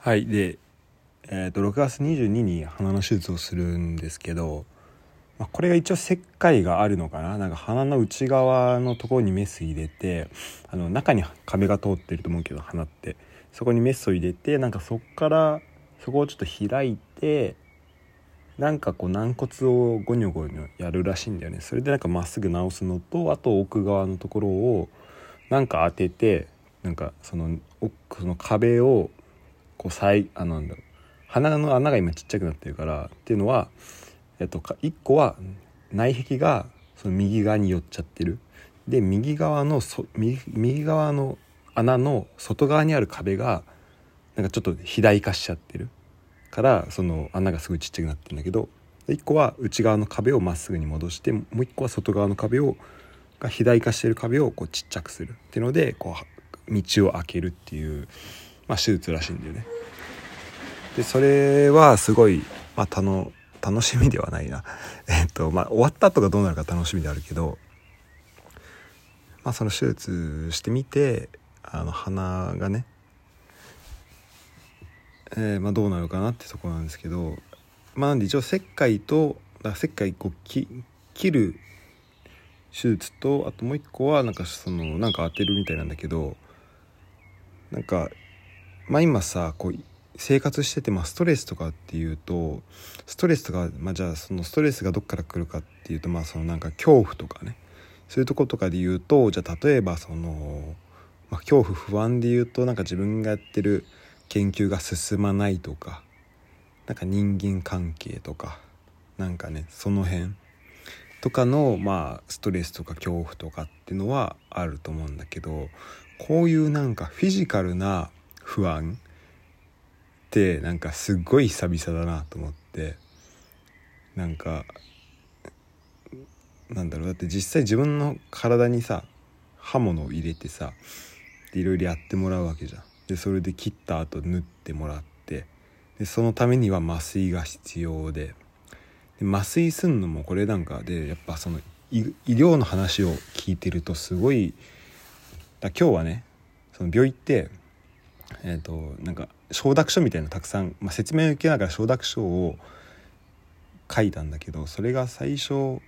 はいで、6月22日に鼻の手術をするんですけど、これが一応切開があるのかな。なんか鼻の内側のところにメス入れて、中に壁が通ってると思うけど、鼻ってそこにメスを入れて、なんかそこをちょっと開いて、なんかこう軟骨をゴニョゴニョやるらしいんだよね。それでなんかまっすぐ直すのと、あと奥側のところをなんか当てて、なんかその壁をこうなんだろう、鼻の穴が今ちっちゃくなってるからっていうのは、1個は内壁がその右側に寄っちゃってる。で右側の穴の外側にある壁がなんかちょっと肥大化しちゃってるから、その穴がすごいちっちゃくなってるんだけど、1個は内側の壁をまっすぐに戻して、もう1個は外側の壁が肥大化してる壁をこうちっちゃくするっていうので、こう道を開けるっていう、手術らしいんだよね。でそれはすごい、楽しみではないな終わった後がどうなるか楽しみであるけど、その手術してみて、鼻がね、どうなるかなってところなんですけど、なんで一応切開こう切る手術と、あともう一個はなんか当てるみたいなんだけど、なんか今さこう生活してて、ストレスとかっていうと、ストレスとか、じゃあそのストレスがどっから来るかっていうと、そのなんか恐怖とかね、そういうとことかで言うと、じゃあ例えば恐怖不安で言うと、なんか自分がやってる研究が進まないとか、なんか人間関係とか、なんかねその辺とかのストレスとか恐怖とかっていうのはあると思うんだけど、こういうなんかフィジカルな不安ってなんかすっごい久々だなと思って、なんかなんだろう、だって実際自分の体にさ刃物を入れてさ、いろいろやってもらうわけじゃん。でそれで切った後縫ってもらって、でそのためには麻酔が必要で、麻酔すんのもこれなんかで、やっぱその医療の話を聞いてるとすごい、今日はねその病院行ってなんか承諾書みたいなのたくさん、説明を受けながら承諾書を書いたんだけど、それが最初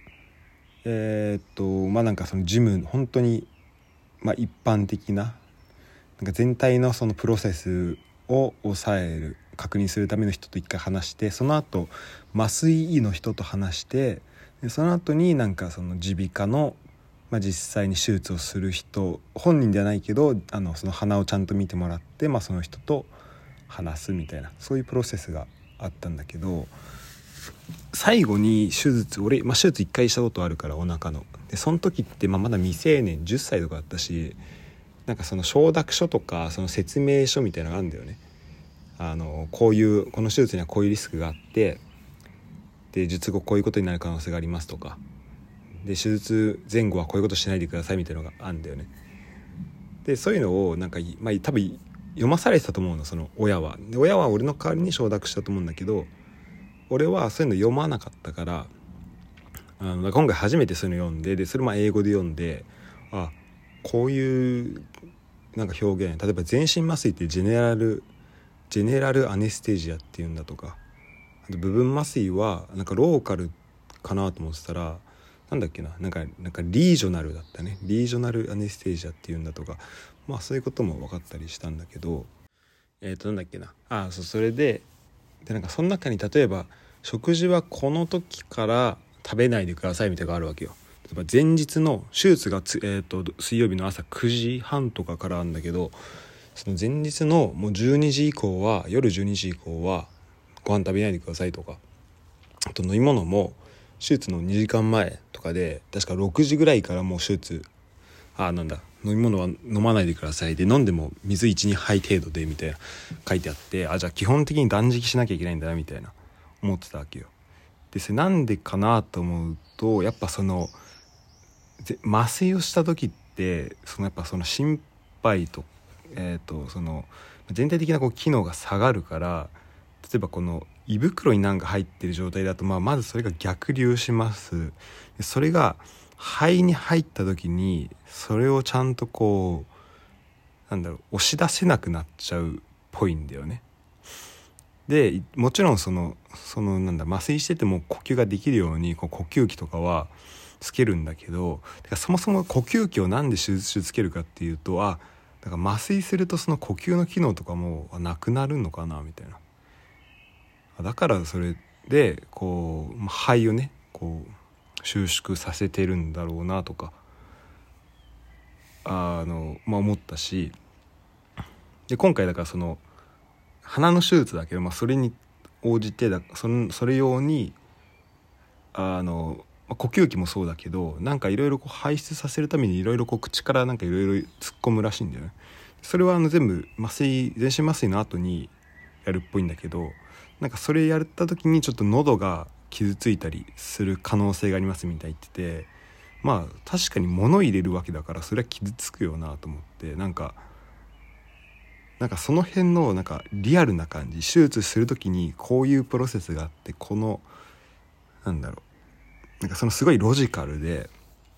なんかその事務本当に一般的な、なんか全体のそのプロセスを抑える確認するための人と一回話して、その後麻酔医の人と話して、でその後になんかその耳鼻科の、実際に手術をする人本人ではないけど、その鼻をちゃんと見てもらって、その人と話すみたいな、そういうプロセスがあったんだけど、最後に手術手術1回したことあるから、お腹の。でその時って、まだ未成年10歳とかだったし、なんかその承諾書とかその説明書みたいなのがあるんだよね。この手術にはこういうリスクがあって、で術後こういうことになる可能性がありますとか、で手術前後はこういうことしないでくださいみたいなのがあるんだよね。でそういうのをなんか、多分読まされてたと思うの、その親は。で親は俺の代わりに承諾したと思うんだけど、俺はそういうの読まなかったから、今回初めてそういうの読んで、でそれ英語で読んで、こういうなんか表現、例えば全身麻酔ってジェネラルアネステージアっていうんだとか、あと部分麻酔はなんかローカルかなと思ってたら、なんだっけな、なんかリージョナルだったね。リージョナルアネステージアっていうんだとか、そういうことも分かったりしたんだけど、なんだっけな、それでなんかその中に例えば食事はこの時から食べないでくださいみたいなのがあるわけよ。例えば前日の手術が水曜日の朝9時半とかからあるんだけど、その前日のもう夜12時以降はご飯食べないでくださいとか、あと飲み物も手術の2時間前とかで、確か6時ぐらいからもう手術飲み物は飲まないでください、で飲んでも水 1,2 杯程度でみたいな書いてあって、じゃあ基本的に断食しなきゃいけないんだなみたいな思ってたわけよ。でそれなんでかなと思うと、やっぱその麻酔をした時ってやっぱその心肺とその全体的な機能が下がるから、例えばこの胃袋になんか入ってる状態だと、まずそれが逆流します。それが肺に入った時にそれをちゃんと押し出せなくなっちゃうっぽいんだよね。 でもちろんその麻酔してても呼吸ができるように呼吸器とかはつけるんだけど、てかそもそも呼吸器をなんで手術中つけるかっていうと、だから麻酔するとその呼吸の機能とかもなくなるのかなみたいな。だからそれで肺をね収縮させてるんだろうなとか思ったし、で今回だからその鼻の手術だけど、それに応じてそれ用に呼吸器もそうだけど、なんかいろいろ排出させるためにいろいろ口からなんかいろいろ突っ込むらしいんだよね。それは全部全身麻酔の後にやるっぽいんだけど、なんかそれやった時にちょっと喉が傷ついたりする可能性がありますみたいに言ってて、確かに物入れるわけだからそれは傷つくよなと思って、なんかその辺のなんかリアルな感じ、手術する時にこういうプロセスがあって、なんだろう、なんかそのすごいロジカルで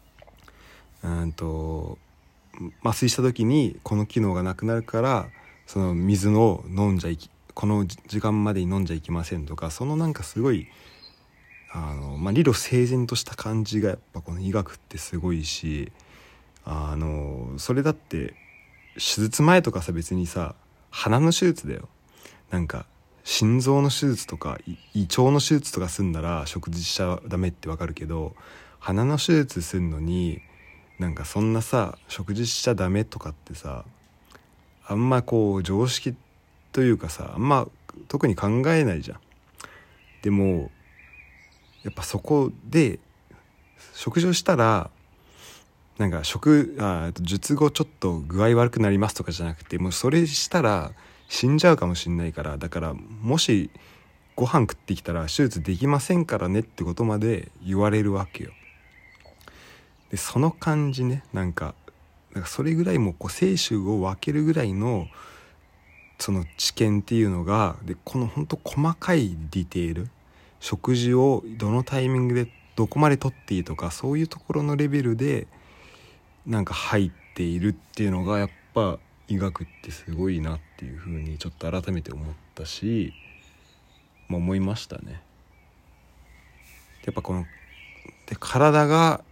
麻酔した時にこの機能がなくなるからその水をこの時間までに飲んじゃいけませんとか、そのなんかすごい理路整然とした感じがやっぱこの医学ってすごいし、それだって手術前とかさ、別にさ鼻の手術だよ、なんか心臓の手術とか胃腸の手術とかすんなら食事しちゃダメってわかるけど、鼻の手術するのになんかそんなさ食事しちゃダメとかってさ、あんま常識というかさ、あんま特に考えないじゃん。でもやっぱそこで食事をしたらなんか術後ちょっと具合悪くなりますとかじゃなくて、もうそれしたら死んじゃうかもしんないから、だからもしご飯食ってきたら手術できませんからねってことまで言われるわけよ。でその感じね、なんかそれぐらいも生死を分けるぐらいのその知見っていうのが、でこのほんと細かいディテール、食事をどのタイミングでどこまで取っていいとか、そういうところのレベルでなんか入っているっていうのがやっぱ医学ってすごいなっていう風にちょっと改めて思ったし、思いましたね。やっぱ体が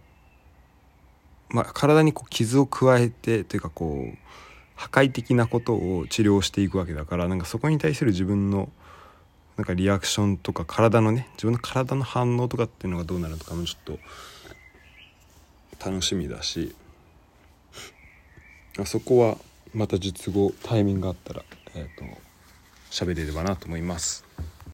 体に傷を加えてというか破壊的なことを治療していくわけだから、なんかそこに対する自分のなんかリアクションとか自分の体の反応とかっていうのがどうなるのかもちょっと楽しみだし、そこはまた術後タイミングがあったら喋れればなと思います。